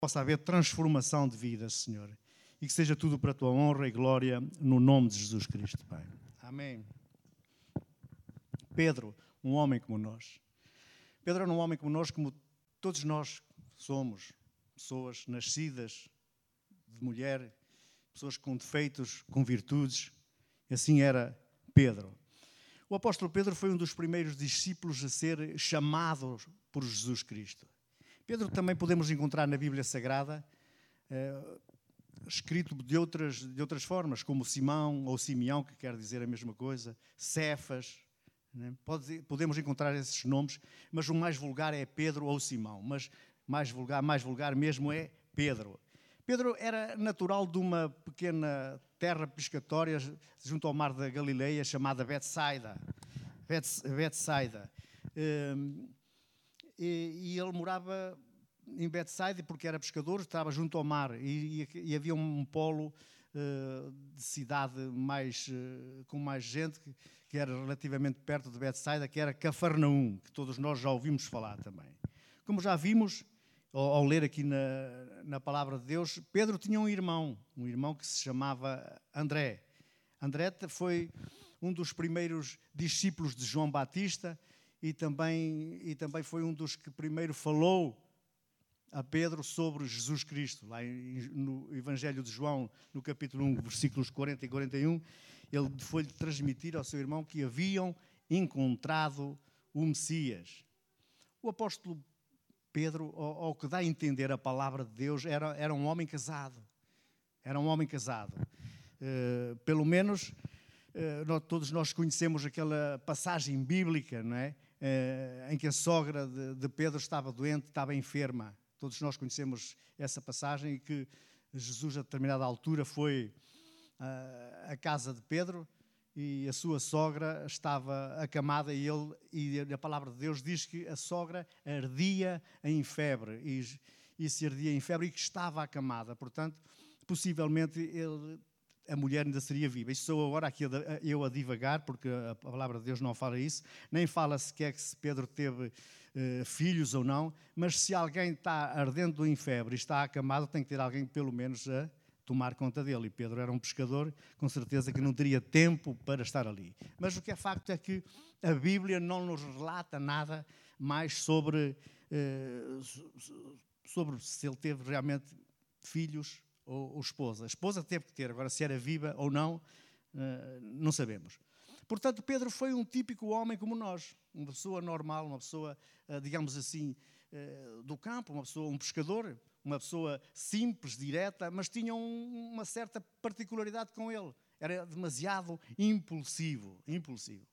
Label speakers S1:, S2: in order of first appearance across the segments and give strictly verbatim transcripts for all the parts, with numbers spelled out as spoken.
S1: possa haver transformação de vida, Senhor. E que seja tudo para a tua honra e glória, no nome de Jesus Cristo, Pai. Amém. Pedro, um homem como nós. Pedro era um homem como nós, como todos nós somos. Pessoas nascidas de mulher, pessoas com defeitos, com virtudes. Assim era Pedro. O apóstolo Pedro foi um dos primeiros discípulos a ser chamado por Jesus Cristo. Pedro também podemos encontrar na Bíblia Sagrada, eh, escrito de outras, de outras formas, como Simão ou Simeão, que quer dizer a mesma coisa, Cefas, né? Pode, podemos encontrar esses nomes, mas o mais vulgar é Pedro ou Simão, mas mais vulgar, mais vulgar mesmo é Pedro. Pedro era natural de uma pequena terra pescatória junto ao mar da Galileia, chamada Betsaida. Betsaida. E ele morava em Betsaida porque era pescador, estava junto ao mar e, e havia um polo uh, de cidade mais, uh, com mais gente que, que era relativamente perto de Betsaida, que era Cafarnaum, que todos nós já ouvimos falar também. Como já vimos, ao, ao ler aqui na, na palavra de Deus, Pedro tinha um irmão, um irmão que se chamava André. André foi um dos primeiros discípulos de João Batista e também, e também foi um dos que primeiro falou a Pedro sobre Jesus Cristo. Lá no Evangelho de João, no capítulo um, versículos quarenta e quarenta e um, ele foi-lhe transmitir ao seu irmão que haviam encontrado o Messias. O apóstolo Pedro, ao, ao que dá a entender a palavra de Deus, era, era um homem casado. Era um homem casado. Uh, pelo menos, uh, nós, todos nós conhecemos aquela passagem bíblica, não é? Uh, em que a sogra de, de Pedro estava doente, estava enferma. Todos nós conhecemos essa passagem, e que Jesus, a determinada altura, foi uh, à casa de Pedro e a sua sogra estava acamada e, ele, e a palavra de Deus diz que a sogra ardia em febre e, e se ardia em febre e que estava acamada. Portanto, possivelmente ele, a mulher ainda seria viva. Isto sou agora aqui eu a divagar, porque a palavra de Deus não fala isso, nem fala sequer que se Pedro teve uh, filhos ou não, mas se alguém está ardendo em febre e está acamado, tem que ter alguém pelo menos a tomar conta dele. E Pedro era um pescador, com certeza que não teria tempo para estar ali. Mas o que é facto é que a Bíblia não nos relata nada mais sobre, uh, sobre se ele teve realmente filhos ou, ou esposa. A esposa teve que ter, agora se era viva ou não, uh, não sabemos. Portanto, Pedro foi um típico homem como nós, uma pessoa normal, uma pessoa, uh, digamos assim, uh, do campo, uma pessoa, um pescador, uma pessoa simples, direta, mas tinha um, uma certa particularidade com ele. Era demasiado impulsivo, impulsivo.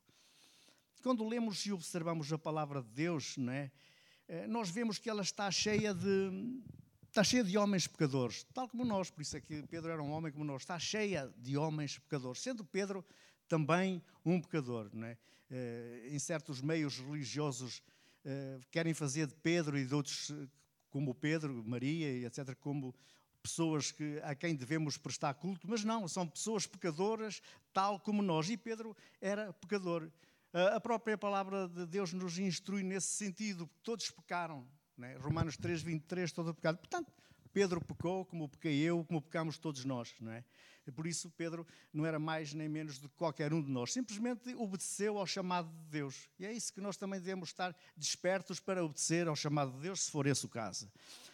S1: Quando lemos e observamos a palavra de Deus, não é? uh, nós vemos que ela está cheia de... Está cheia de homens pecadores, tal como nós, por isso é que Pedro era um homem como nós, está cheia de homens pecadores, sendo Pedro também um pecador, não é? Uh, em certos meios religiosos uh, querem fazer de Pedro e de outros como Pedro, Maria e etcétera, como pessoas que, a quem devemos prestar culto, mas não, são pessoas pecadoras tal como nós, e Pedro era pecador. Uh, a própria palavra de Deus nos instrui nesse sentido, porque todos pecaram. Né? Romanos três, vinte e três, todo o pecado. Portanto, Pedro pecou como pequei eu, como pecamos todos nós. Não é? E por isso, Pedro não era mais nem menos do que qualquer um de nós. Simplesmente obedeceu ao chamado de Deus. E é isso que nós também devemos estar despertos para obedecer ao chamado de Deus, se for esse o caso.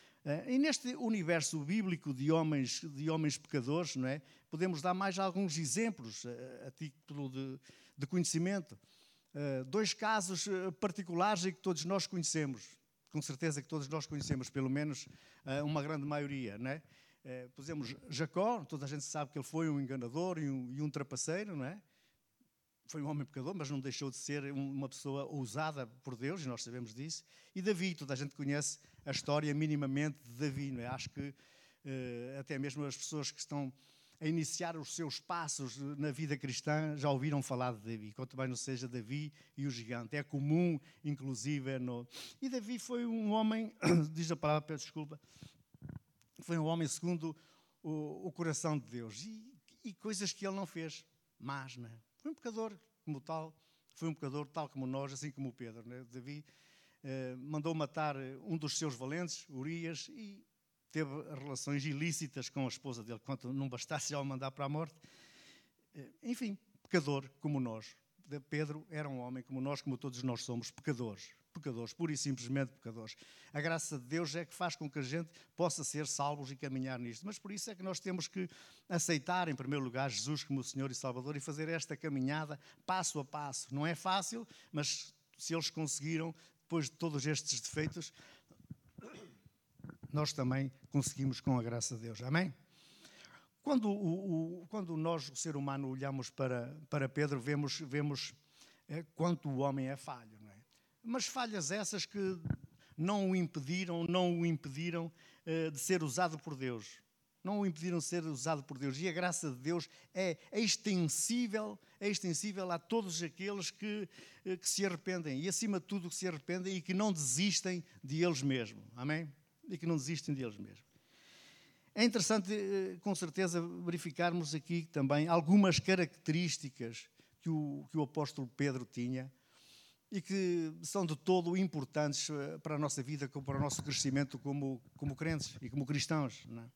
S1: E neste universo bíblico de homens, de homens pecadores, não é? Podemos dar mais alguns exemplos a, a título de, de conhecimento. Uh, dois casos particulares e que todos nós conhecemos. Com certeza que todos nós conhecemos, pelo menos uh, uma grande maioria, não é? Uh, por exemplo, Jacó, toda a gente sabe que ele foi um enganador e um, e um trapaceiro, não é? Foi um homem pecador, mas não deixou de ser uma pessoa ousada por Deus, e nós sabemos disso. E Davi, toda a gente conhece a história minimamente de Davi, não é? Acho que uh, até mesmo as pessoas que estão a iniciar os seus passos na vida cristã já ouviram falar de Davi, quanto mais não seja Davi e o gigante. É comum, inclusive, no... E Davi foi um homem, diz a palavra, peço desculpa, foi um homem segundo o, o coração de Deus. E, e coisas que ele não fez, mas, não é? Foi um pecador como tal, foi um pecador tal como nós, assim como o Pedro. Né? Davi eh, mandou matar um dos seus valentes, Urias, e teve relações ilícitas com a esposa dele, quanto não bastasse já o mandar para a morte. Enfim, pecador como nós. Pedro era um homem como nós, como todos nós somos, pecadores. Pecadores, pura e simplesmente pecadores. A graça de Deus é que faz com que a gente possa ser salvos e caminhar nisto. Mas por isso é que nós temos que aceitar, em primeiro lugar, Jesus como Senhor e Salvador e fazer esta caminhada passo a passo. Não é fácil, mas se eles conseguiram, depois de todos estes defeitos, nós também conseguimos com a graça de Deus. Amém? Quando, o, o, quando nós, o ser humano, olhamos para, para Pedro, vemos, vemos é, quanto o homem é falho, não é? Mas falhas essas que não o impediram, não o impediram uh, de ser usado por Deus. Não o impediram de ser usado por Deus. E a graça de Deus é extensível, é extensível a todos aqueles que, uh, que se arrependem. E, acima de tudo, que se arrependem e que não desistem de eles mesmos. Amém? E que não desistem de eles mesmos. É interessante, uh, com certeza, verificarmos aqui também algumas características que o, que o apóstolo Pedro tinha, e que são de todo importantes para a nossa vida, para o nosso crescimento como, como crentes e como cristãos. Não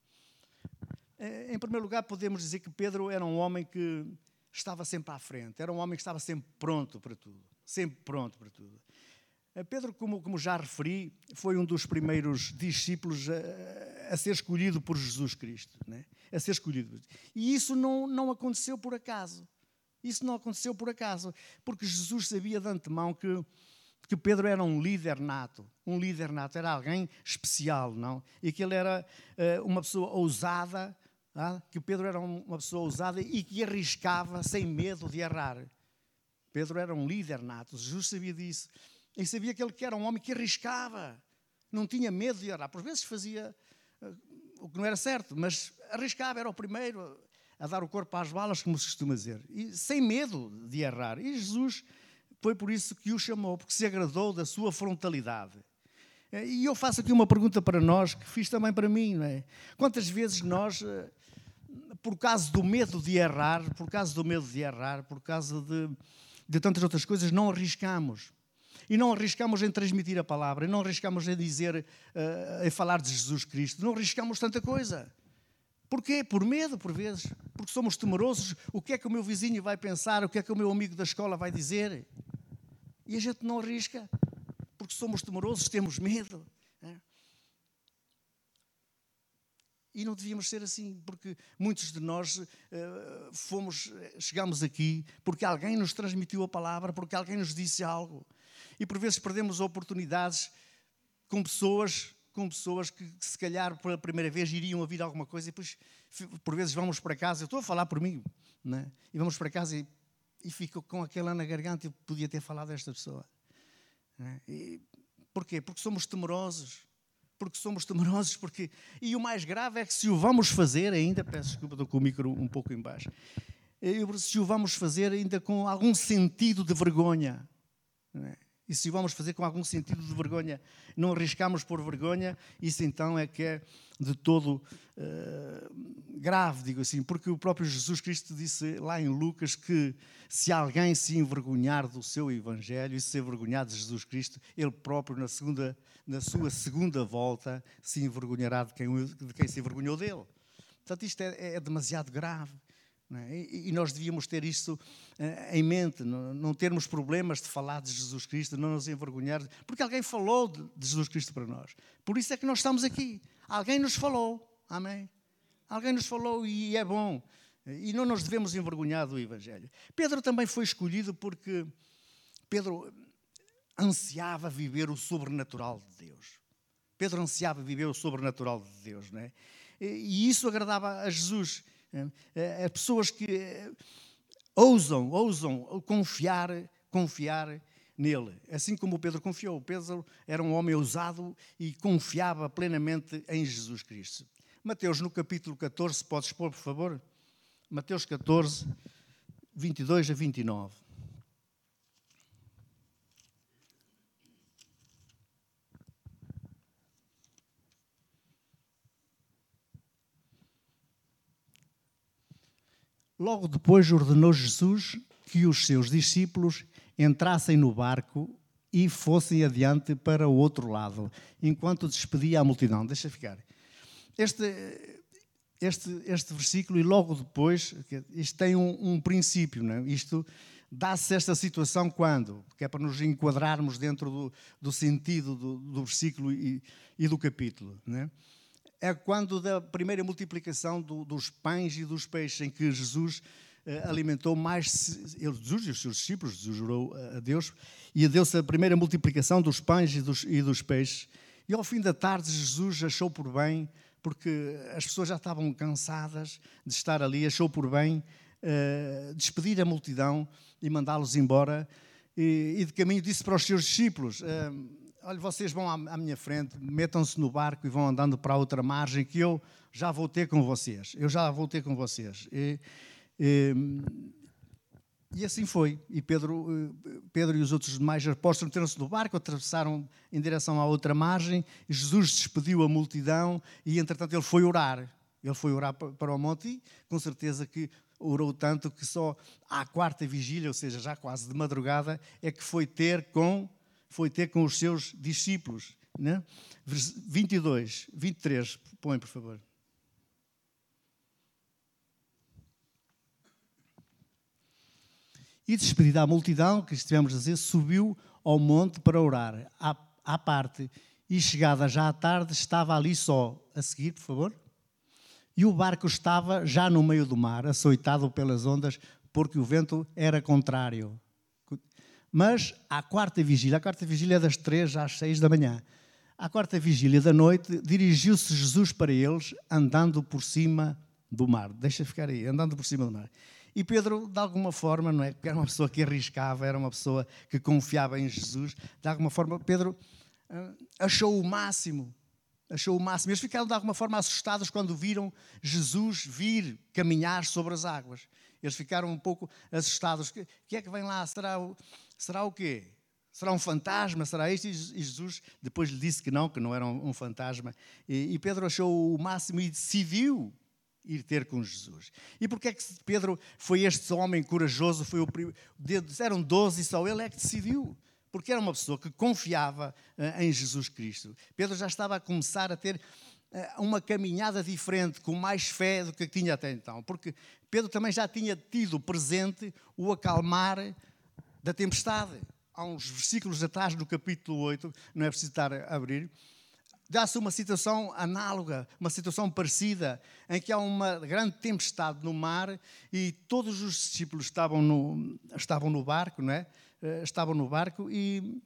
S1: é? Em primeiro lugar, podemos dizer que Pedro era um homem que estava sempre à frente, era um homem que estava sempre pronto para tudo, sempre pronto para tudo. Pedro, como, como já referi, foi um dos primeiros discípulos a, a ser escolhido por Jesus Cristo, não é? A ser escolhido. E isso não, não aconteceu por acaso. Isso não aconteceu por acaso, porque Jesus sabia de antemão que, que Pedro era um líder nato, um líder nato, era alguém especial, não? E que ele era uh, uma pessoa ousada, ah? que Pedro era uma pessoa ousada e que arriscava sem medo de errar. Pedro era um líder nato, Jesus sabia disso. E sabia que ele que era um homem que arriscava, não tinha medo de errar. Por vezes fazia uh, o que não era certo, mas arriscava, era o primeiro a dar o corpo às balas, como se costuma dizer, e sem medo de errar. E Jesus foi por isso que o chamou, porque se agradou da sua frontalidade. E eu faço aqui uma pergunta para nós, que fiz também para mim, não é? Quantas vezes nós, por causa do medo de errar, por causa do medo de errar, por causa de, de tantas outras coisas, não arriscamos. E não arriscamos em transmitir a palavra, e não arriscamos em dizer, em falar de Jesus Cristo, não arriscamos tanta coisa. Porquê? Por medo, por vezes. Porque somos temerosos. O que é que o meu vizinho vai pensar? O que é que o meu amigo da escola vai dizer? E a gente não arrisca. Porque somos temerosos, temos medo. É? E não devíamos ser assim. Porque muitos de nós uh, fomos, chegamos aqui porque alguém nos transmitiu a palavra, porque alguém nos disse algo. E por vezes perdemos oportunidades com pessoas... com pessoas que, que se calhar pela primeira vez iriam ouvir alguma coisa e depois, por vezes, vamos para casa, eu estou a falar por mim, não é? E vamos para casa e, e fico com aquela na garganta, eu podia ter falado a esta pessoa. Não é? E, porquê? Porque somos temerosos, porque somos temerosos, porque... E o mais grave é que se o vamos fazer ainda, peço desculpa, estou com o micro um pouco em baixo, se o vamos fazer ainda com algum sentido de vergonha, não é? E se vamos fazer com algum sentido de vergonha, não arriscamos por vergonha, isso então é que é de todo uh, grave, digo assim, porque o próprio Jesus Cristo disse lá em Lucas que se alguém se envergonhar do seu Evangelho e se envergonhar de Jesus Cristo, ele próprio na, segunda, na sua segunda volta se envergonhará de quem, de quem se envergonhou dele. Portanto, isto é, é demasiado grave. Não é? E, e nós devíamos ter isto uh, em mente, não, não termos problemas de falar de Jesus Cristo, não nos envergonhar, porque alguém falou de, de Jesus Cristo para nós. Por isso é que nós estamos aqui. Alguém nos falou, amém? Alguém nos falou e é bom. E não nos devemos envergonhar do Evangelho. Pedro também foi escolhido porque Pedro ansiava viver o sobrenatural de Deus. Pedro ansiava viver o sobrenatural de Deus, não é? E isso agradava a Jesus. As pessoas que ousam, ousam confiar, confiar nele, assim como o Pedro confiou. O Pedro era um homem ousado e confiava plenamente em Jesus Cristo. Mateus, no capítulo catorze, podes pôr, por favor? Mateus catorze, vinte e dois a vinte e nove. Logo depois ordenou Jesus que os seus discípulos entrassem no barco e fossem adiante para o outro lado, enquanto despedia a multidão. Deixa ficar. este, este, este versículo, e logo depois, isto tem um, um princípio, não é? Isto dá-se esta situação quando? Que é para nos enquadrarmos dentro do, do sentido do, do versículo e, e do capítulo, não é? É quando da primeira multiplicação do, dos pães e dos peixes, em que Jesus eh, alimentou mais, ele, Jesus e os seus discípulos, Jesus jurou a Deus, e deu-se a primeira multiplicação dos pães e dos, e dos peixes. E ao fim da tarde Jesus achou por bem, porque as pessoas já estavam cansadas de estar ali, achou por bem eh, despedir a multidão e mandá-los embora. E, e de caminho disse para os seus discípulos, eh, olha, vocês vão à, à minha frente, metam-se no barco e vão andando para a outra margem, que eu já vou ter com vocês. Eu já vou ter com vocês. E, e, e assim foi. E Pedro, Pedro e os outros demais apóstolos meteram-se no barco, atravessaram em direção à outra margem. E Jesus despediu a multidão e, entretanto, ele foi orar. Ele foi orar para o monte e, com certeza que orou tanto que só à quarta vigília, ou seja, já quase de madrugada, é que foi ter com... foi ter com os seus discípulos, né? vinte e dois, vinte e três, põe, por favor. E despedida a multidão, que estivemos a dizer, subiu ao monte para orar, à, à parte, e chegada já à tarde, estava ali só. A seguir, por favor. E o barco estava já no meio do mar, açoitado pelas ondas, porque o vento era contrário. Mas à quarta vigília, a quarta vigília é das três às seis da manhã, à quarta vigília da noite, dirigiu-se Jesus para eles, andando por cima do mar. Deixa ficar aí, andando por cima do mar. E Pedro, de alguma forma, não é? Porque era uma pessoa que arriscava, era uma pessoa que confiava em Jesus, de alguma forma, Pedro uh, achou o máximo, achou o máximo. Eles ficaram, de alguma forma, assustados quando viram Jesus vir caminhar sobre as águas. Eles ficaram um pouco assustados. O que, que é que vem lá? Será o... Será o quê? Será um fantasma? Será isto? E Jesus depois lhe disse que não, que não era um fantasma. E Pedro achou o máximo e decidiu ir ter com Jesus. E porquê é que Pedro foi este homem corajoso? Foi o primeiro, eram doze e só ele é que decidiu. Porque era uma pessoa que confiava em Jesus Cristo. Pedro já estava a começar a ter uma caminhada diferente, com mais fé do que tinha até então. Porque Pedro também já tinha tido presente o acalmar da tempestade. Há uns versículos atrás, no capítulo oito, não é preciso estar a abrir, dá-se uma situação análoga, uma situação parecida, em que há uma grande tempestade no mar e todos os discípulos estavam no, estavam no barco, não é? Estavam no barco e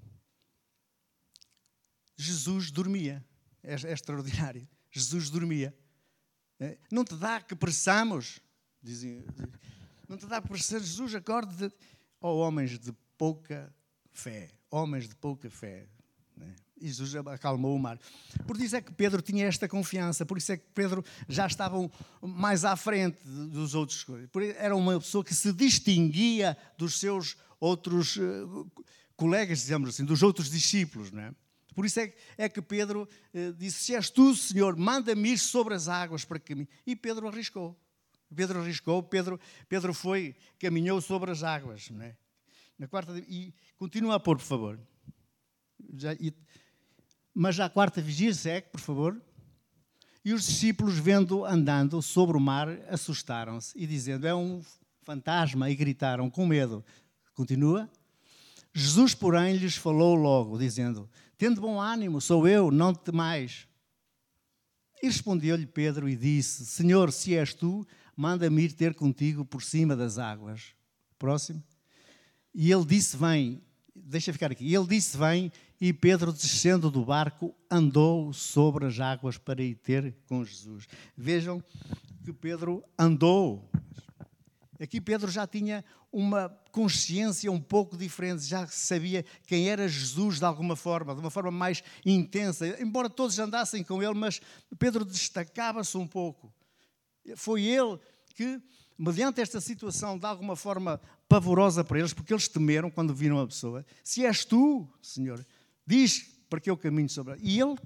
S1: Jesus dormia. É, é extraordinário. Jesus dormia. Não te dá que preçamos, dizem, não te dá que preçamos, Jesus acorde. Ó oh, homens de pouca fé, homens de pouca fé. Né? E Jesus acalmou o mar. Por isso é que Pedro tinha esta confiança, por isso é que Pedro já estava mais à frente dos outros. Era uma pessoa que se distinguia dos seus outros uh, colegas, digamos assim, dos outros discípulos. Não é? Por isso é, é que Pedro uh, disse, se és tu, Senhor, manda-me ir sobre as águas para que... E Pedro arriscou. Pedro arriscou, Pedro, Pedro foi, caminhou sobre as águas. Não é? Na quarta, e continua a pôr, por favor. Já, e, mas já a quarta vigília, segue, por favor. E os discípulos, vendo andando sobre o mar, assustaram-se e dizendo, é um fantasma, e gritaram com medo. Continua. Jesus, porém, lhes falou logo, dizendo, tende bom ânimo, sou eu, não temais. E respondeu-lhe Pedro e disse, Senhor, se és tu, manda-me ir ter contigo por cima das águas. Próximo. E ele disse, vem, deixa ficar aqui, ele disse, vem, e Pedro, descendo do barco, andou sobre as águas para ir ter com Jesus. Vejam que Pedro andou. Aqui Pedro já tinha uma consciência um pouco diferente, já sabia quem era Jesus de alguma forma, de uma forma mais intensa, embora todos andassem com ele, mas Pedro destacava-se um pouco. Foi ele que, mediante esta situação de alguma forma pavorosa para eles, porque eles temeram quando viram a pessoa, se és tu, Senhor, diz para que eu caminho sobre... E ele,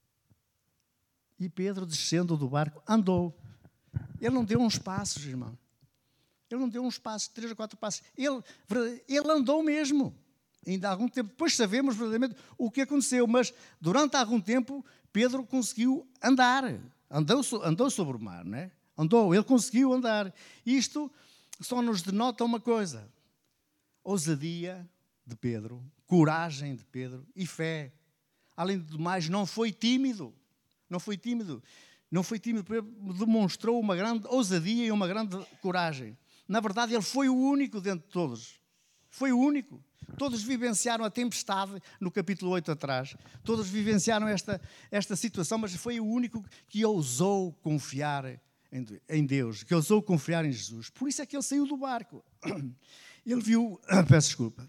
S1: e Pedro, descendo do barco, andou. Ele não deu uns passos, irmão. Ele não deu uns passos, três ou quatro passos. Ele, ele andou mesmo. Ainda há algum tempo. Depois sabemos verdadeiramente o que aconteceu, mas durante algum tempo Pedro conseguiu andar, andou, andou sobre o mar, não é? Andou, ele conseguiu andar. Isto só nos denota uma coisa: ousadia de Pedro, coragem de Pedro e fé. Além do mais, não foi tímido, não foi tímido, não foi tímido, demonstrou uma grande ousadia e uma grande coragem. Na verdade, ele foi o único dentre todos, foi o único. Todos vivenciaram a tempestade no capítulo oito atrás, todos vivenciaram esta, esta situação, mas foi o único que ousou confiar em Deus, que ousou confiar em Jesus. Por isso é que ele saiu do barco. Ele viu, peço desculpa,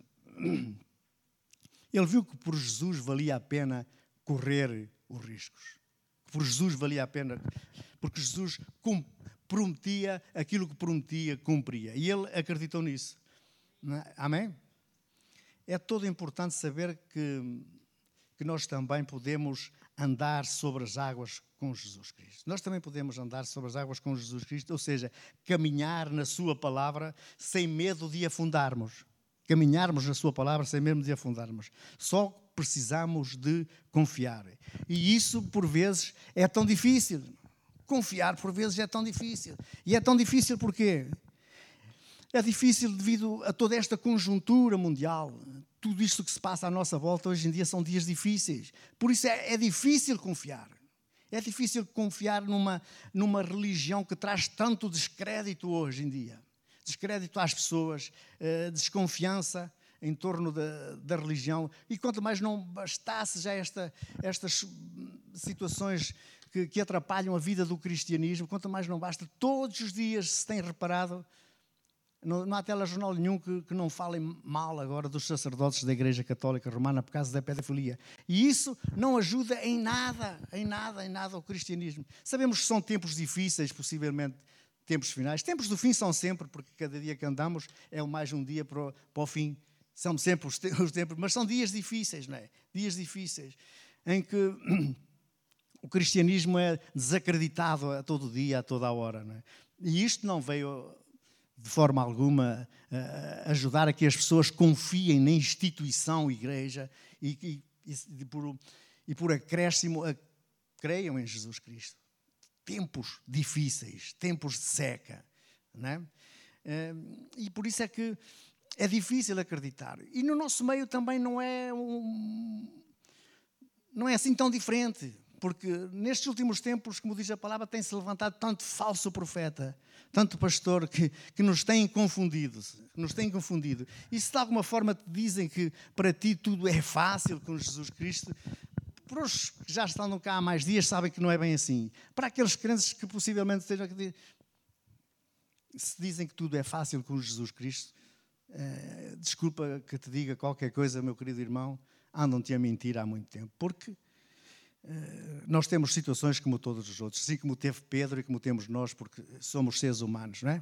S1: ele viu que por Jesus valia a pena correr os riscos. Que por Jesus valia a pena, porque Jesus prometia aquilo que prometia, cumpria. E ele acreditou nisso. Amém? É todo importante saber que, que nós também podemos andar sobre as águas com Jesus Cristo. Nós também podemos andar sobre as águas com Jesus Cristo, ou seja, caminhar na sua palavra sem medo de afundarmos. Caminharmos na sua palavra sem medo de afundarmos. Só precisamos de confiar. E isso, por vezes, é tão difícil. Confiar, por vezes, é tão difícil. E é tão difícil porquê? É difícil devido a toda esta conjuntura mundial. Tudo isto que se passa à nossa volta hoje em dia são dias difíceis. Por isso é, é difícil confiar. É difícil confiar numa, numa religião que traz tanto descrédito hoje em dia. Descrédito às pessoas, eh, desconfiança em torno da, da religião. E quanto mais não bastasse já esta, estas situações que, que atrapalham a vida do cristianismo, quanto mais não basta, todos os dias se tem reparado. Não, não há telejornal nenhum que, que não fale mal agora dos sacerdotes da Igreja Católica Romana por causa da pedofilia. E isso não ajuda em nada, em nada, em nada ao cristianismo. Sabemos que são tempos difíceis, possivelmente tempos finais. Tempos do fim são sempre, porque cada dia que andamos é mais um dia para o, para o fim. São sempre os, os tempos, mas são dias difíceis, não é? Dias difíceis em que o cristianismo é desacreditado a todo dia, a toda a hora, não é? E isto não veio de forma alguma uh, ajudar a que as pessoas confiem na instituição igreja e, e, e, por, e por acréscimo a, creiam em Jesus Cristo. Tempos difíceis, tempos de seca, não é? Uh, e por isso é que é difícil acreditar. E no nosso meio também não é, um, não é assim tão diferente. Porque nestes últimos tempos, como diz a palavra, tem-se levantado tanto falso profeta, tanto pastor que, que nos têm confundido, nos têm confundido. E se de alguma forma te dizem que para ti tudo é fácil com Jesus Cristo, para os que já estão cá há mais dias sabem que não é bem assim. Para aqueles crentes que possivelmente estejam aqui, se dizem que tudo é fácil com Jesus Cristo, eh, desculpa que te diga qualquer coisa, meu querido irmão, andam-te a mentir há muito tempo, porque nós temos situações como todos os outros, assim como teve Pedro e como temos nós, porque somos seres humanos, não é?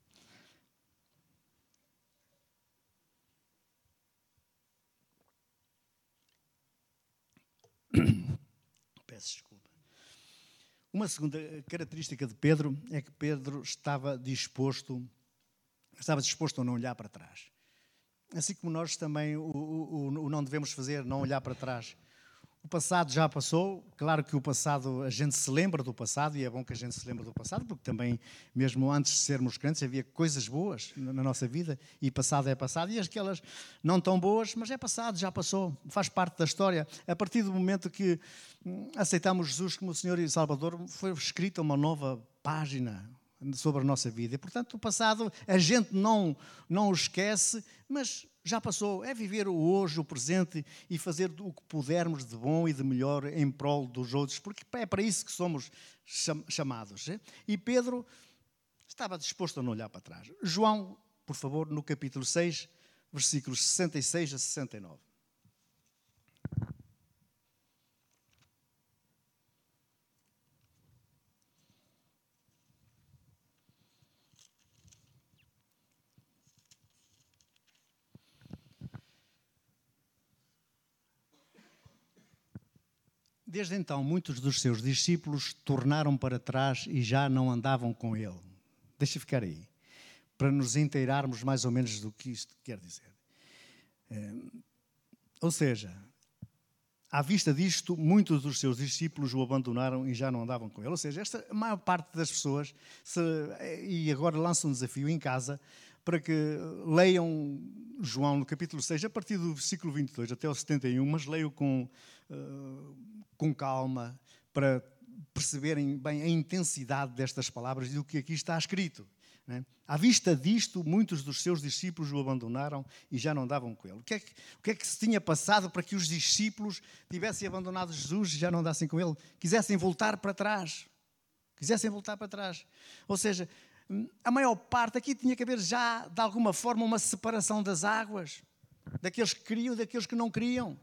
S1: Peço desculpa. Uma segunda característica de Pedro é que Pedro estava disposto, estava disposto a não olhar para trás. Assim como nós também o, o, o não devemos fazer, não olhar para trás. O passado já passou, claro que o passado, a gente se lembra do passado e é bom que a gente se lembre do passado, porque também, mesmo antes de sermos crentes, havia coisas boas na nossa vida e passado é passado, e aquelas não tão boas, mas é passado, já passou, faz parte da história. A partir do momento que aceitamos Jesus como Senhor e Salvador, foi escrita uma nova página sobre a nossa vida. E, portanto, o passado a gente não, não o esquece, mas já passou. É viver o hoje, o presente e fazer o que pudermos de bom e de melhor em prol dos outros, porque é para isso que somos chamados. E Pedro estava disposto a não olhar para trás. João, por favor, no capítulo seis, versículos sessenta e seis a sessenta e nove. Desde então, muitos dos seus discípulos tornaram para trás e já não andavam com ele. Deixa ficar aí, para nos inteirarmos mais ou menos do que isto quer dizer. É, ou seja, À vista disto, muitos dos seus discípulos o abandonaram e já não andavam com ele. Ou seja, esta, a maior parte das pessoas, se, e agora lanço um desafio em casa, para que leiam João no capítulo seis, a partir do versículo vinte e dois até o setenta e um, mas leiam com, uh, com calma, para perceberem bem a intensidade destas palavras e do que aqui está escrito. Né? À vista disto, muitos dos seus discípulos o abandonaram e já não andavam com ele. O que, é que, o que é que se tinha passado para que os discípulos tivessem abandonado Jesus e já não andassem com ele? Quisessem voltar para trás. Quisessem voltar para trás. Ou seja, a maior parte, aqui tinha que haver já, de alguma forma, uma separação das águas. Daqueles que queriam e daqueles que não queriam.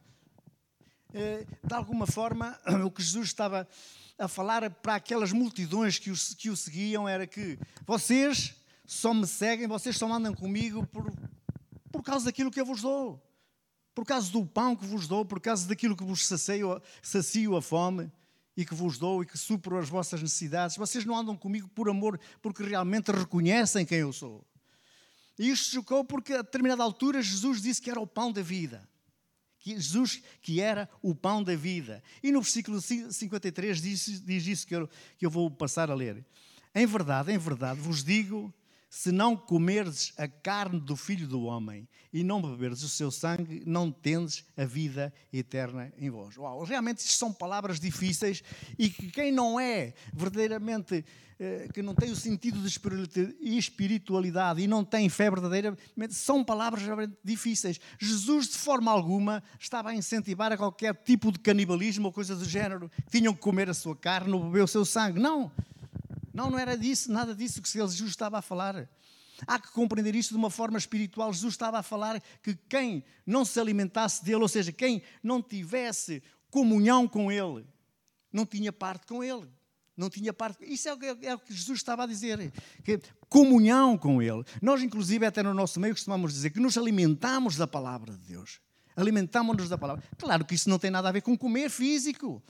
S1: De alguma forma, o que Jesus estava a falar para aquelas multidões que o, que o seguiam era que vocês só me seguem, vocês só andam comigo por, por causa daquilo que eu vos dou, por causa do pão que vos dou, por causa daquilo que vos sacio, sacio a fome e que vos dou e que supro as vossas necessidades. Vocês não andam comigo por amor, porque realmente reconhecem quem eu sou. E isto chocou porque a determinada altura Jesus disse que era o pão da vida. Que Jesus que era o pão da vida. E no versículo cinquenta e três diz, diz isso que eu, que eu vou passar a ler. Em verdade, em verdade, vos digo, se não comerdes a carne do Filho do Homem e não beberdes o seu sangue, não tendes a vida eterna em vós. Uau, realmente isto são palavras difíceis e que quem não é verdadeiramente, eh, que não tem o sentido de espiritualidade e não tem fé verdadeira, são palavras difíceis. Jesus, de forma alguma, estava a incentivar a qualquer tipo de canibalismo ou coisa do género. Tinham que comer a sua carne ou beber o seu sangue. Não. Não, não era disso, nada disso que Jesus estava a falar. Há que compreender isto de uma forma espiritual. Jesus estava a falar que quem não se alimentasse dele, ou seja, quem não tivesse comunhão com ele, não tinha parte com ele. Não tinha parte. Isso é o, que, é o que Jesus estava a dizer. Que comunhão com ele. Nós, inclusive, até no nosso meio, costumamos dizer que nos alimentamos da palavra de Deus. Alimentamos-nos da palavra. Claro que isso não tem nada a ver com comer físico.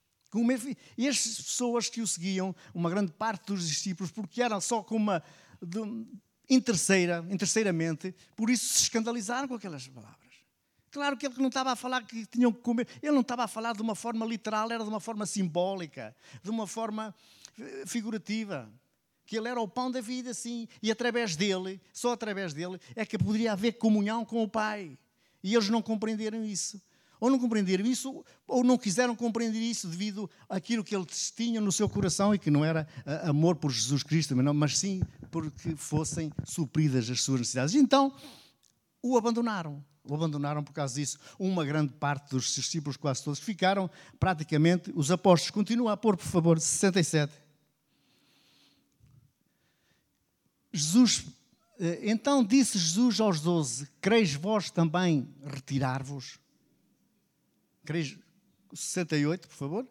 S1: E as pessoas que o seguiam, uma grande parte dos discípulos, porque eram só com uma de, interesseira, interesseiramente, por isso se escandalizaram com aquelas palavras. Claro que ele não estava a falar que tinham que comer, ele não estava a falar de uma forma literal, era de uma forma simbólica, de uma forma figurativa. Que ele era o pão da vida, sim, e através dele, só através dele, é que poderia haver comunhão com o Pai. E eles não compreenderam isso. Ou não compreenderam isso, ou não quiseram compreender isso devido àquilo que eles tinham no seu coração e que não era uh, amor por Jesus Cristo, mas sim porque fossem supridas as suas necessidades. Então, o abandonaram. O abandonaram por causa disso. Uma grande parte dos discípulos, quase todos, ficaram praticamente os apóstolos. Continua a pôr, por favor, sessenta e sete. Jesus, então disse Jesus aos doze, quereis vós também retirar-vos? sessenta e oito, por favor.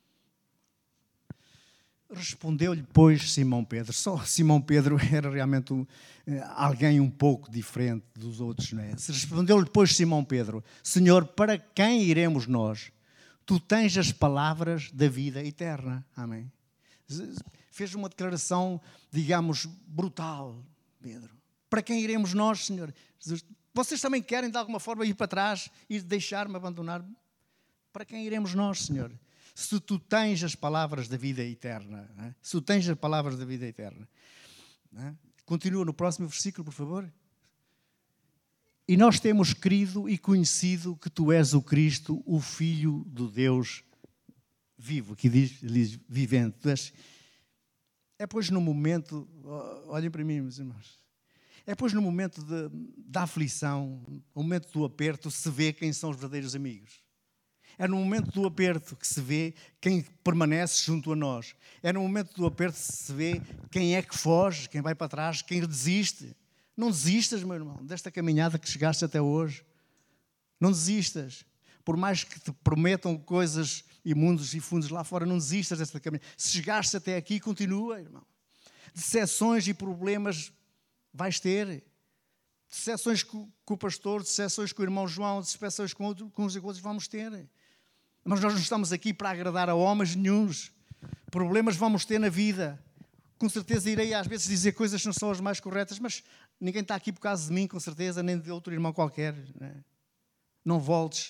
S1: Respondeu-lhe, pois, Simão Pedro. Só Simão Pedro era realmente um, alguém um pouco diferente dos outros. Não é? Respondeu-lhe, pois, Simão Pedro, Senhor, para quem iremos nós? Tu tens as palavras da vida eterna. Amém. Fez uma declaração, digamos, brutal, Pedro. Para quem iremos nós, Senhor? Jesus, vocês também querem, de alguma forma, ir para trás e deixar-me abandonar? Para quem iremos nós, Senhor? Se tu tens as palavras da vida eterna. Né? Se tu tens as palavras da vida eterna. Né? Continua no próximo versículo, por favor. E nós temos crido e conhecido que tu és o Cristo, o Filho do Deus vivo. Aqui diz, diz vivente. Tu és... É pois no momento... Olhem para mim, meus irmãos. É pois no momento de, da aflição, no momento do aperto, se vê quem são os verdadeiros amigos. É no momento do aperto que se vê quem permanece junto a nós. É no momento do aperto que se vê quem é que foge, quem vai para trás, quem desiste. Não desistas, meu irmão, desta caminhada que chegaste até hoje. Não desistas. Por mais que te prometam coisas imundas e fundos lá fora, não desistas desta caminhada. Se chegaste até aqui, continua, irmão. Decepções e problemas vais ter. Decepções com, com o pastor, decepções com o irmão João, decepções com, outro, com os outros vamos ter. Mas nós não estamos aqui para agradar a homens nenhuns. Problemas vamos ter na vida. Com certeza irei às vezes dizer coisas que não são as mais corretas, mas ninguém está aqui por causa de mim, com certeza, nem de outro irmão qualquer. Não, é? Não voltes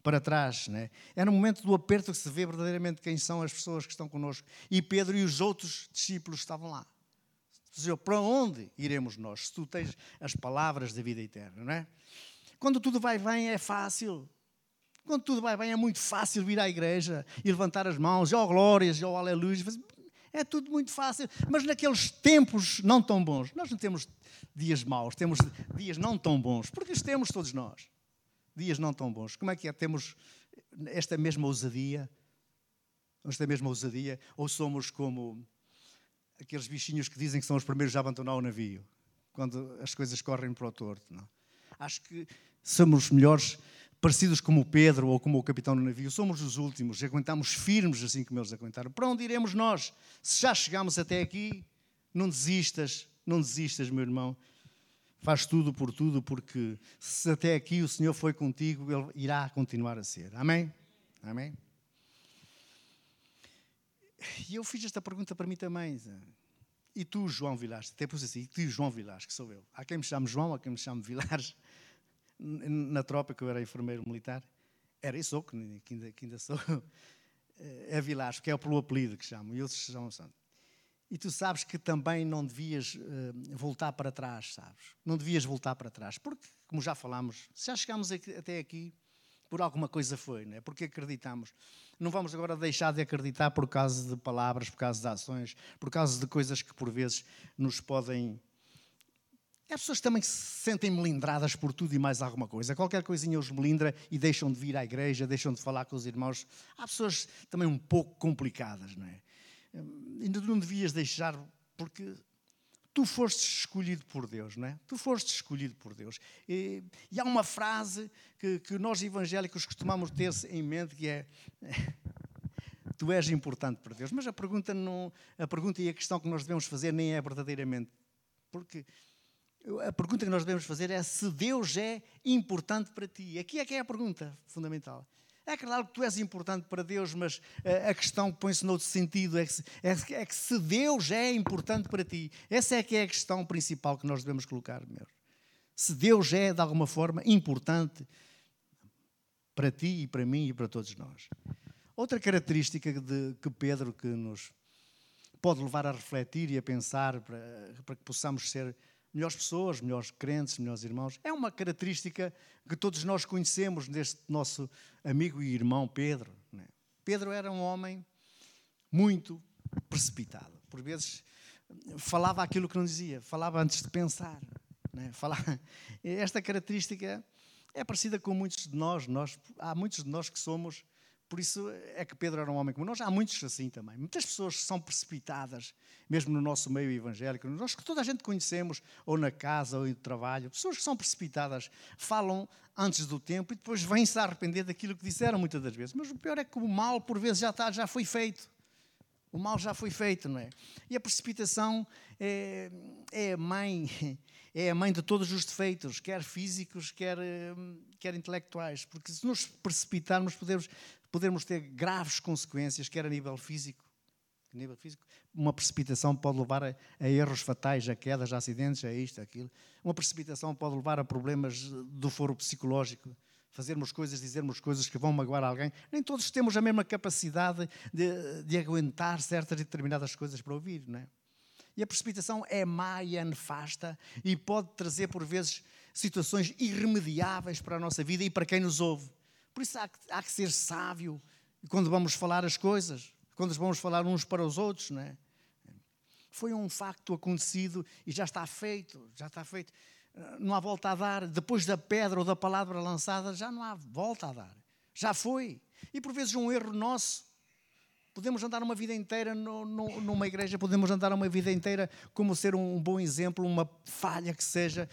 S1: para trás. Né? É no momento do aperto que se vê verdadeiramente quem são as pessoas que estão connosco. E Pedro e os outros discípulos estavam lá. Diziam, para onde iremos nós, se tu tens as palavras da vida eterna, não é? Quando tudo vai bem é fácil. Quando tudo vai bem é muito fácil vir à igreja e levantar as mãos, ó glórias, ó aleluia. É tudo muito fácil. Mas naqueles tempos não tão bons, nós não temos dias maus, temos dias não tão bons, porque os temos todos nós. Dias não tão bons. Como é que é? Temos esta mesma ousadia? Esta mesma ousadia? Ou somos como aqueles bichinhos que dizem que são os primeiros a abandonar o navio, quando as coisas correm para o torto? Não? Acho que somos melhores, parecidos como o Pedro ou como o capitão do navio. Somos os últimos, aguentamos firmes assim como eles aguentaram. Para onde iremos nós? Se já chegamos até aqui, não desistas, não desistas, meu irmão. Faz tudo por tudo, porque se até aqui o Senhor foi contigo, Ele irá continuar a ser. Amém? Amém? E eu fiz esta pergunta para mim também. E tu, João Vilares? Até pus assim, e tu, João Vilares, que sou eu. Há quem me chame João, há quem me chame Vilares. Na tropa, que eu era enfermeiro militar. Era isso, que ainda, que ainda sou. É Vilares, que é pelo apelido que chamo. E eles chamam Santo. E tu sabes que também não devias uh, voltar para trás, sabes? Não devias voltar para trás. Porque, como já falámos, se já chegámos aqui, até aqui, por alguma coisa foi, não é? Porque acreditamos. Não vamos agora deixar de acreditar por causa de palavras, por causa de ações, por causa de coisas que por vezes nos podem... Há pessoas que também se sentem melindradas por tudo e mais alguma coisa. Qualquer coisinha os melindra e deixam de vir à igreja, deixam de falar com os irmãos. Há pessoas também um pouco complicadas, não é? Ainda não devias deixar, porque tu foste escolhido por Deus, não é? Tu foste escolhido por Deus. E, e há uma frase que, que nós evangélicos costumamos ter em mente, que é tu és importante para Deus. Mas a pergunta, não, a pergunta e a questão que nós devemos fazer nem é verdadeiramente. Porque a pergunta que nós devemos fazer é se Deus é importante para ti. Aqui é que é a pergunta fundamental. É claro que tu és importante para Deus, mas a questão põe-se noutro sentido. É que, é, é que se Deus é importante para ti, essa é que é a questão principal que nós devemos colocar. Meu. Se Deus é, de alguma forma, importante para ti e para mim e para todos nós. Outra característica de, que Pedro que nos pode levar a refletir e a pensar para, para que possamos ser melhores pessoas, melhores crentes, melhores irmãos, é uma característica que todos nós conhecemos deste nosso amigo e irmão Pedro. Não é? Pedro era um homem muito precipitado. Por vezes falava aquilo que não dizia, falava antes de pensar. Não é? Falava... Esta característica é parecida com muitos de nós. nós. Há muitos de nós que somos... Por isso é que Pedro era um homem como nós. Há muitos assim também. Muitas pessoas que são precipitadas, mesmo no nosso meio evangélico, nós que toda a gente conhecemos, ou na casa, ou no trabalho. Pessoas que são precipitadas, falam antes do tempo e depois vêm-se a arrepender daquilo que disseram muitas das vezes. Mas o pior é que o mal, por vezes, já, está, já foi feito. O mal já foi feito, não é? E a precipitação é, é, a mãe, é a mãe de todos os defeitos, quer físicos, quer, quer intelectuais. Porque se nos precipitarmos, podemos... Podemos ter graves consequências, quer a nível físico. A nível físico, uma precipitação pode levar a, a erros fatais, a quedas, a acidentes, a isto, a aquilo. Uma precipitação pode levar a problemas do foro psicológico, fazermos coisas, dizermos coisas que vão magoar alguém. Nem todos temos a mesma capacidade de, de aguentar certas e determinadas coisas para ouvir, não é? E a precipitação é má e é nefasta e pode trazer, por vezes, situações irremediáveis para a nossa vida e para quem nos ouve. Por isso há que, há que ser sábio quando vamos falar as coisas, quando vamos falar uns para os outros, não é? Foi um facto acontecido e já está feito, já está feito. Não há volta a dar. Depois da pedra ou da palavra lançada, já não há volta a dar. Já foi. E por vezes um erro nosso. Podemos andar uma vida inteira no, no, numa igreja, podemos andar uma vida inteira como ser um bom exemplo, uma falha que seja...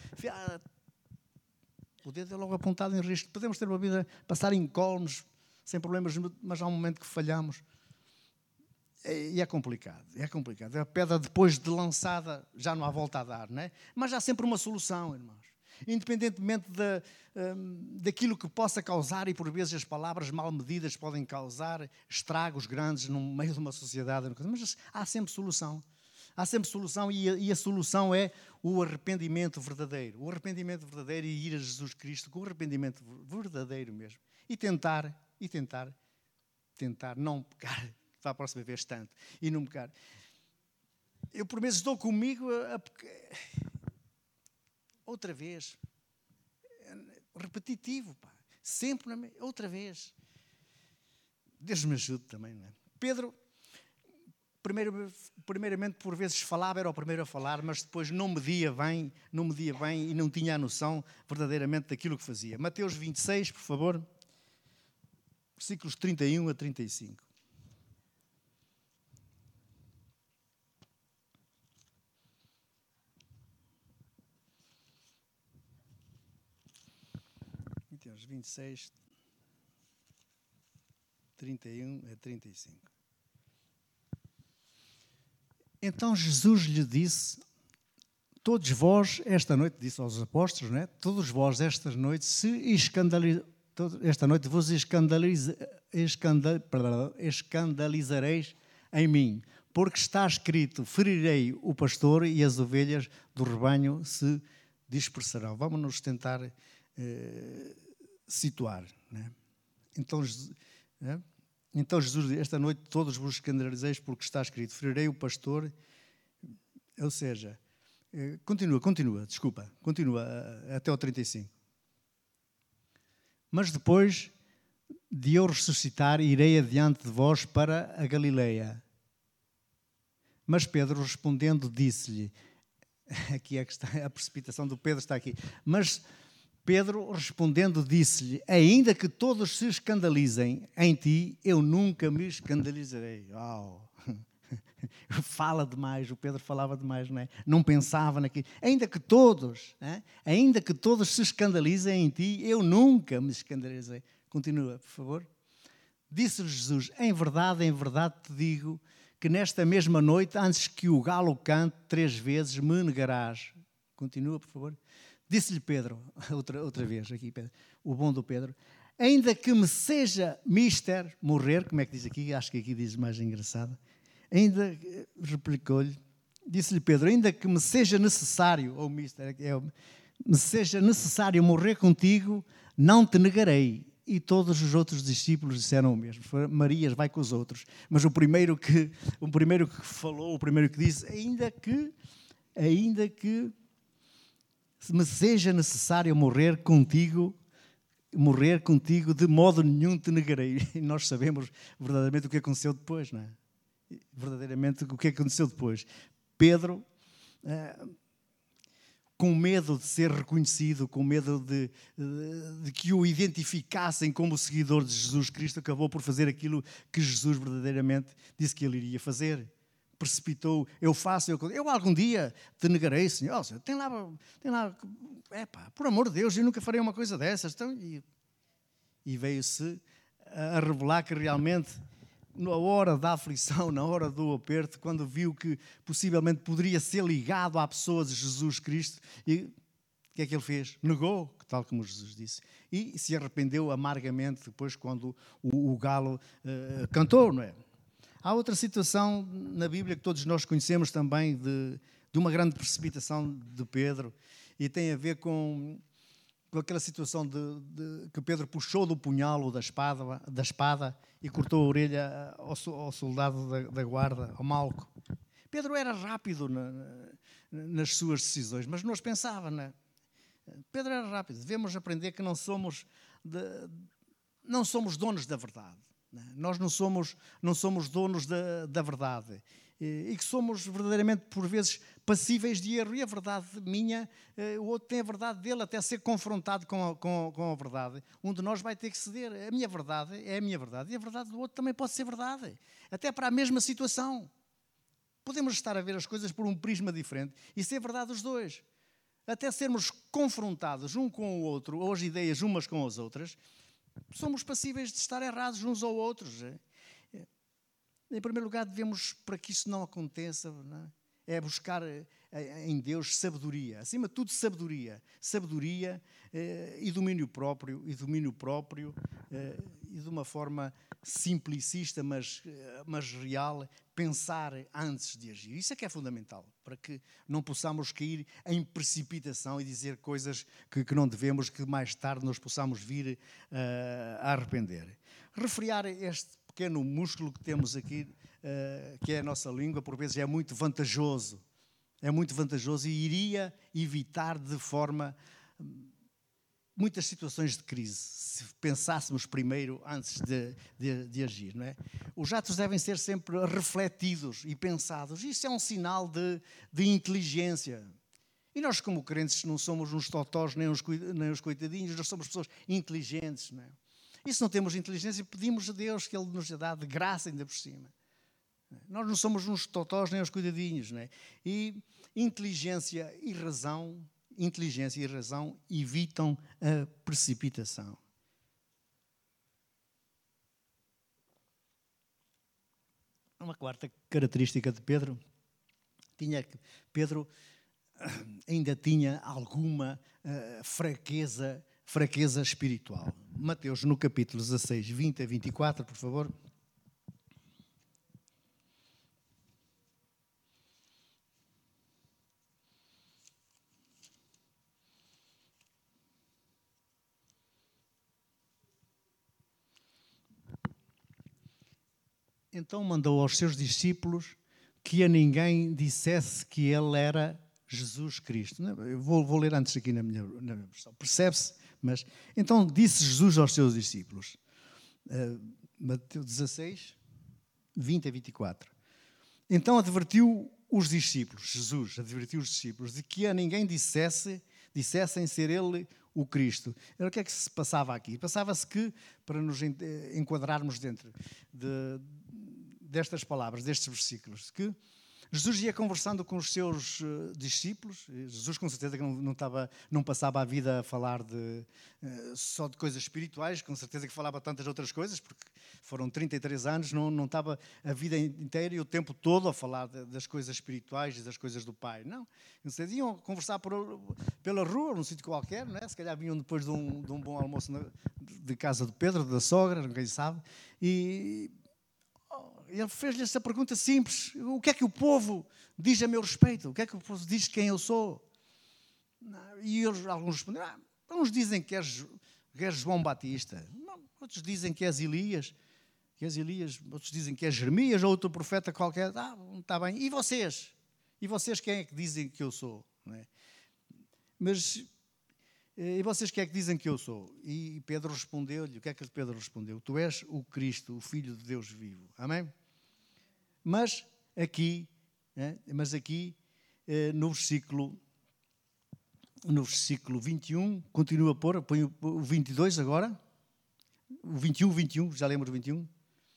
S1: O dedo é logo apontado em risco. Podemos ter uma vida, passar incólumes, sem problemas, mas há um momento que falhamos. E é complicado, é complicado. A pedra, depois de lançada, já não há volta a dar, não é? Mas há sempre uma solução, irmãos. Independentemente da, um, daquilo que possa causar, e por vezes as palavras mal medidas podem causar estragos grandes no meio de uma sociedade, mas há sempre solução. Há sempre solução e a, e a solução é o arrependimento verdadeiro. O arrependimento verdadeiro e ir a Jesus Cristo com o arrependimento verdadeiro mesmo. E tentar, e tentar, tentar não pecar, para a próxima vez tanto, e não pecar. Eu por vezes dou comigo a, a outra vez, repetitivo, pá. Sempre, na, outra vez. Deus me ajude também, não é? Pedro, primeiro, primeiramente por vezes falava, era o primeiro a falar, mas depois não media bem, não media bem e não tinha a noção verdadeiramente daquilo que fazia. Mateus vinte e seis, por favor, versículos trinta e um a trinta e cinco. Mateus vinte e seis, trinta e um a trinta e cinco. Então Jesus lhe disse, todos vós esta noite, disse aos apóstolos, né? Todos vós esta noite se escandaliz... esta noite vos escandaliz... Escandal... escandalizareis em mim, porque está escrito, ferirei o pastor e as ovelhas do rebanho se dispersarão. Vamos nos tentar eh, situar, né? Então, né? Então Jesus diz, esta noite todos vos escandalizeis porque está escrito, ferirei o pastor, ou seja, continua, continua, desculpa, continua até ao trinta e cinco. Mas depois de eu ressuscitar, irei adiante de vós para a Galileia. Mas Pedro respondendo disse-lhe, aqui é que está, a precipitação do Pedro está aqui, mas Pedro respondendo disse-lhe, ainda que todos se escandalizem em ti, eu nunca me escandalizarei. Uau. Fala demais, o Pedro falava demais, não é? Não pensava naquilo. Ainda que todos, é? ainda que todos se escandalizem em ti, eu nunca me escandalizei. Continua, por favor. Disse-lhe Jesus, em verdade, em verdade te digo, que nesta mesma noite, antes que o galo cante, três vezes me negarás. Continua, por favor. Disse-lhe Pedro, outra, outra vez aqui, Pedro, o bom do Pedro, ainda que me seja mister morrer, como é que diz aqui? Acho que aqui diz mais engraçado. Ainda, replicou-lhe, disse-lhe Pedro, ainda que me seja necessário, ou mister, é, me seja necessário morrer contigo, não te negarei. E todos os outros discípulos disseram o mesmo. Marias, vai com os outros. Mas o primeiro que, o primeiro que falou, o primeiro que disse, ainda que, ainda que me seja necessário morrer contigo, morrer contigo, de modo nenhum te negarei. E nós sabemos verdadeiramente o que aconteceu depois, não é? Verdadeiramente o que aconteceu depois. Pedro, eh, com medo de ser reconhecido, com medo de, de, de que o identificassem como seguidor de Jesus Cristo, acabou por fazer aquilo que Jesus verdadeiramente disse que ele iria fazer. Precipitou, eu faço, eu, eu algum dia te negarei, Senhor. Oh, Senhor tem lá, tem lá, epá, por amor de Deus, eu nunca farei uma coisa dessas. Então, e e veio-se a revelar que realmente, na hora da aflição, na hora do aperto, quando viu que possivelmente poderia ser ligado à pessoa de Jesus Cristo, e o que é que ele fez? Negou, tal como Jesus disse, e se arrependeu amargamente depois quando o, o galo uh, cantou, não é? Há outra situação na Bíblia que todos nós conhecemos também de, de uma grande precipitação de Pedro, e tem a ver com, com aquela situação de, de, que Pedro puxou do punhal ou da espada, da espada e cortou a orelha ao, ao soldado da, da guarda, ao Malco. Pedro era rápido na, na, nas suas decisões, mas nós pensávamos, né? Pedro era rápido. Devemos aprender que não somos, de, não somos donos da verdade. Nós não somos, não somos donos da, da verdade e, e que somos verdadeiramente, por vezes, passíveis de erro. E a verdade minha, o outro tem a verdade dele, até ser confrontado com a, com, com a verdade. Um de nós vai ter que ceder. A minha verdade é a minha verdade e a verdade do outro também pode ser verdade. Até para a mesma situação. Podemos estar a ver as coisas por um prisma diferente e ser verdade os dois. Até sermos confrontados um com o outro, ou as ideias umas com as outras, somos passíveis de estar errados uns ou outros. Em primeiro lugar, devemos, para que isso não aconteça, não é? é buscar em Deus sabedoria, acima de tudo sabedoria, sabedoria eh, e domínio próprio, e domínio próprio, eh, e de uma forma simplicista, mas, mas real, pensar antes de agir. Isso é que é fundamental, para que não possamos cair em precipitação e dizer coisas que, que não devemos, que mais tarde nos possamos vir uh, a arrepender. Refriar este pequeno músculo que temos aqui, uh, que é a nossa língua, por vezes é muito vantajoso, é muito vantajoso e iria evitar de forma muitas situações de crise, se pensássemos primeiro antes de, de, de agir, não é? Os atos devem ser sempre refletidos e pensados. Isso é um sinal de, de inteligência. E nós, como crentes, não somos uns totós nem uns, nem uns coitadinhos, nós somos pessoas inteligentes, não é? E se não temos inteligência, pedimos a Deus que Ele nos dá de graça ainda por cima. Nós não somos uns totós nem uns cuidadinhos, não é? E inteligência e razão, inteligência e razão evitam a precipitação. Uma quarta característica de Pedro, tinha que Pedro ainda tinha alguma uh, fraqueza, fraqueza espiritual. Mateus, no capítulo dezasseis, vinte a vinte e quatro, por favor. Então mandou aos seus discípulos que a ninguém dissesse que ele era Jesus Cristo. Eu vou, vou ler antes aqui na minha, na minha versão. Percebe-se? Mas, então disse Jesus aos seus discípulos. Uh, Mateus dezasseis, vinte a vinte e quatro. Então advertiu os discípulos, Jesus advertiu os discípulos, de que a ninguém dissesse, dissessem ser ele o Cristo. O que é que se passava aqui? Passava-se que, para nos enquadrarmos dentro de, destas palavras, destes versículos, que Jesus ia conversando com os seus uh, discípulos. Jesus, com certeza, que não, não, estava, não passava a vida a falar de, uh, só de coisas espirituais, com certeza que falava tantas outras coisas, porque foram trinta e três anos, não, não estava a vida inteira e o tempo todo a falar de, das coisas espirituais e das coisas do Pai. Não. Eles iam conversar por, pela rua, num sítio qualquer, não é? Se calhar vinham depois de um, de um bom almoço na, de casa de Pedro, da sogra, ninguém sabe, e ele fez-lhe essa pergunta simples: o que é que o povo diz a meu respeito? O que é que o povo diz quem eu sou? E eles, alguns responderam: ah, uns dizem que és, que és João Batista, outros dizem que és Elias, que és Elias, outros dizem que és Jeremias ou outro profeta qualquer. Ah, está bem. E vocês? E vocês quem é que dizem que eu sou? Não é? Mas, e vocês quem é que dizem que eu sou? E Pedro respondeu-lhe, o que é que Pedro respondeu? Tu és o Cristo, o Filho de Deus vivo. Amém? Mas aqui, é, mas aqui é, no versículo no versículo vinte e um, continua a pôr, põe o vinte e dois agora, o vinte e um, vinte e um, já lembro o vinte e um.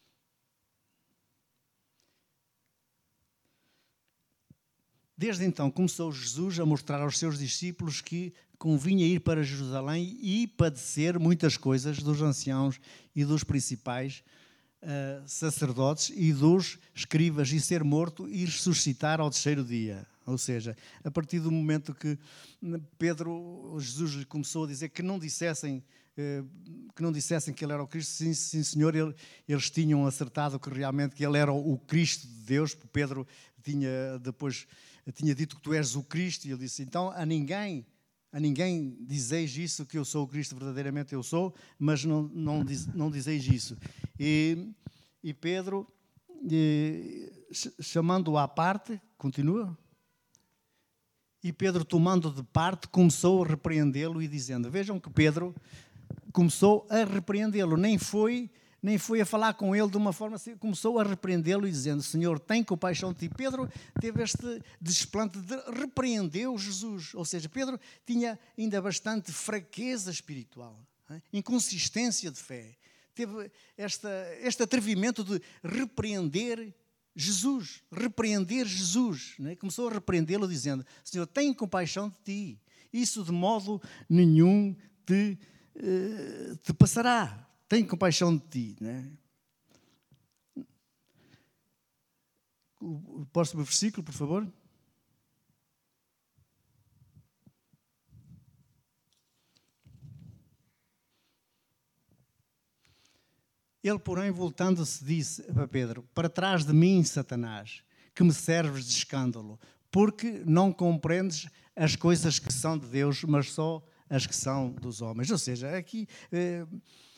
S1: Desde então começou Jesus a mostrar aos seus discípulos que convinha ir para Jerusalém e padecer muitas coisas dos anciãos e dos principais uh, sacerdotes e dos escribas, e ser morto e ressuscitar ao terceiro dia. Ou seja, a partir do momento que Pedro, Jesus lhe começou a dizer que não dissessem, uh, que não dissessem que ele era o Cristo, sim, sim senhor, ele, eles tinham acertado que realmente que ele era o Cristo de Deus. Pedro tinha depois tinha dito que tu és o Cristo, e ele disse: então a ninguém a ninguém dizeis isso, que eu sou o Cristo, verdadeiramente eu sou, mas não, não, diz, não dizeis isso. E, e Pedro, e, chamando-o à parte, continua, e Pedro, tomando de parte, começou a repreendê-lo e dizendo, vejam que Pedro começou a repreendê-lo, nem foi... nem foi a falar com ele de uma forma assim, começou a repreendê-lo e dizendo, Senhor, tem compaixão de ti. Pedro teve este desplante de repreendeu Jesus, ou seja, Pedro tinha ainda bastante fraqueza espiritual, hein? Inconsistência de fé, teve esta, este atrevimento de repreender Jesus, repreender Jesus, né? Começou a repreendê-lo dizendo, Senhor, tem compaixão de ti, isso de modo nenhum te, uh, te passará. Tem compaixão de ti, né? O próximo versículo, por favor. Ele, porém, voltando-se, disse para Pedro: para trás de mim, Satanás, que me serves de escândalo, porque não compreendes as coisas que são de Deus, mas só as que são dos homens. Ou seja, aqui eh,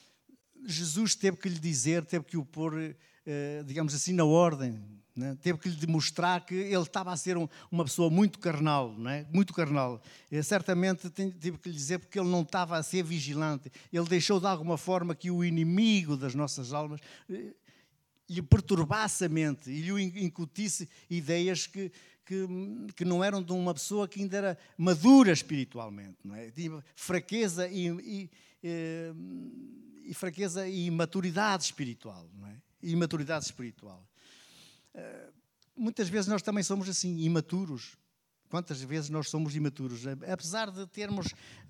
S1: Jesus teve que lhe dizer, teve que o pôr, eh, digamos assim, na ordem, né? Teve que lhe demonstrar que ele estava a ser um, uma pessoa muito carnal, não é? Muito carnal. E, certamente teve que lhe dizer porque ele não estava a ser vigilante. Ele deixou de alguma forma que o inimigo das nossas almas eh, lhe perturbasse a mente e lhe incutisse ideias que, que, que não eram de uma pessoa que ainda era madura espiritualmente, não é? Tinha fraqueza e, e, e, e fraqueza e maturidade espiritual, não é? E maturidade espiritual. Uh, muitas vezes nós também somos assim, imaturos. Quantas vezes nós somos imaturos? Apesar de termos,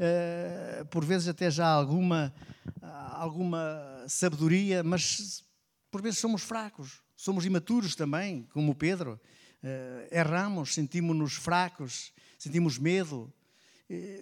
S1: uh, por vezes até já alguma, uh, alguma sabedoria, mas por vezes somos fracos, somos imaturos também, como Pedro. Uh, erramos, sentimos-nos fracos, sentimos medo. Uh,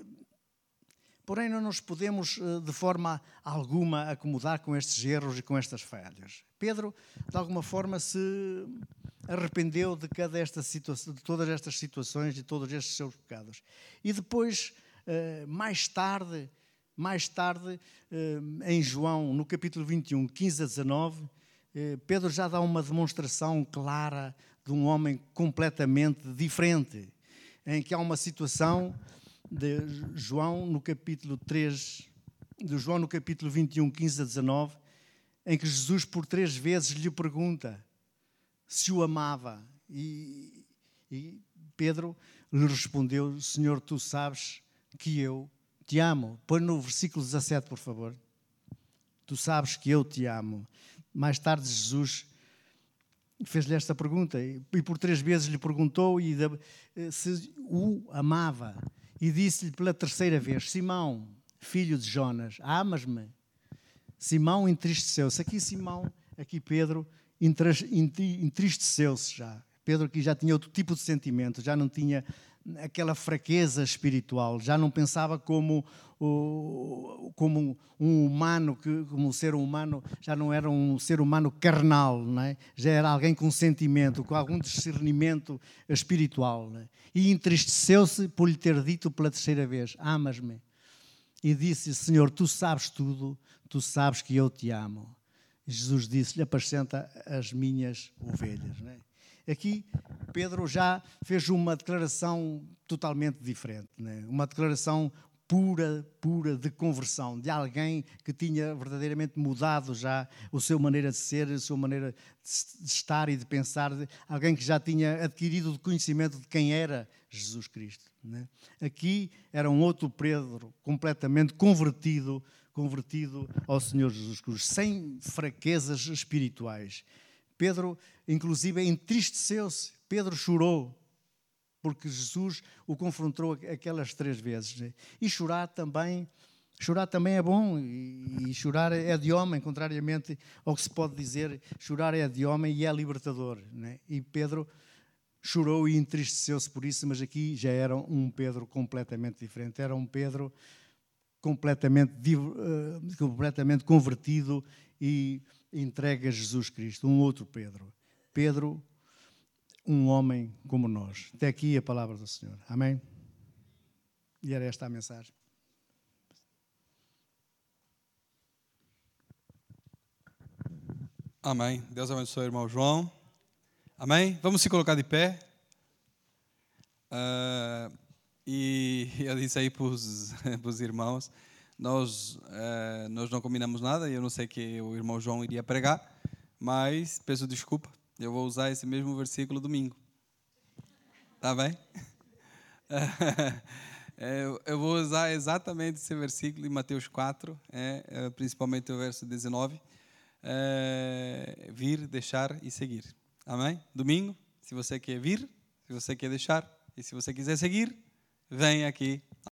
S1: porém, não nos podemos, uh, de forma alguma, acomodar com estes erros e com estas falhas. Pedro, de alguma forma, se arrependeu de, cada esta situação, de todas estas situações e de todos estes seus pecados. E depois, uh, mais tarde, mais tarde, uh, em João, no capítulo vinte e um, quinze a dezanove, Pedro já dá uma demonstração clara de um homem completamente diferente, em que há uma situação de João no capítulo três, de João no capítulo vinte e um, quinze a dezanove, em que Jesus por três vezes lhe pergunta se o amava. E, e Pedro lhe respondeu: Senhor, tu sabes que eu te amo. Põe no versículo dezassete, por favor. Tu sabes que eu te amo. Mais tarde Jesus fez-lhe esta pergunta e por três vezes lhe perguntou e se o amava. E disse-lhe pela terceira vez: Simão, filho de Jonas, amas-me? Simão entristeceu-se. Aqui Simão, aqui Pedro entristeceu-se já. Pedro aqui já tinha outro tipo de sentimento, já não tinha aquela fraqueza espiritual, já não pensava como, como um humano, como um ser humano, já não era um ser humano carnal, não é? Já era alguém com sentimento, com algum discernimento espiritual. Não é? E entristeceu-se por lhe ter dito pela terceira vez: amas-me? E disse: Senhor, tu sabes tudo, tu sabes que eu te amo. E Jesus disse-lhe: apacenta as minhas ovelhas. Não é? Aqui Pedro já fez uma declaração totalmente diferente, né? Uma declaração pura, pura de conversão, de alguém que tinha verdadeiramente mudado já a sua maneira de ser, a sua maneira de estar e de pensar, de alguém que já tinha adquirido o conhecimento de quem era Jesus Cristo, né? Aqui era um outro Pedro, completamente convertido, convertido ao Senhor Jesus Cristo, sem fraquezas espirituais. Pedro, inclusive, entristeceu-se. Pedro chorou, porque Jesus o confrontou aquelas três vezes. E chorar também, chorar também é bom, e chorar é de homem, contrariamente ao que se pode dizer, chorar é de homem e é libertador. Né? E Pedro chorou e entristeceu-se por isso, mas aqui já era um Pedro completamente diferente. Era um Pedro completamente, uh, completamente convertido e entregue a Jesus Cristo, um outro Pedro. Pedro, um homem como nós. Até aqui a palavra do Senhor. Amém? E era esta a mensagem.
S2: Amém. Deus abençoe o irmão João. Amém? Vamos se colocar de pé. Uh, e eu disse aí para os irmãos, nós, uh, nós não combinamos nada, e eu não sei que o irmão João iria pregar, mas peço desculpa, eu vou usar esse mesmo versículo domingo. Tá bem? Eu vou usar exatamente esse versículo em Mateus quatro, é, principalmente o verso dezenove. É, vir, deixar e seguir. Amém? Domingo, se você quer vir, se você quer deixar, e se você quiser seguir, vem aqui.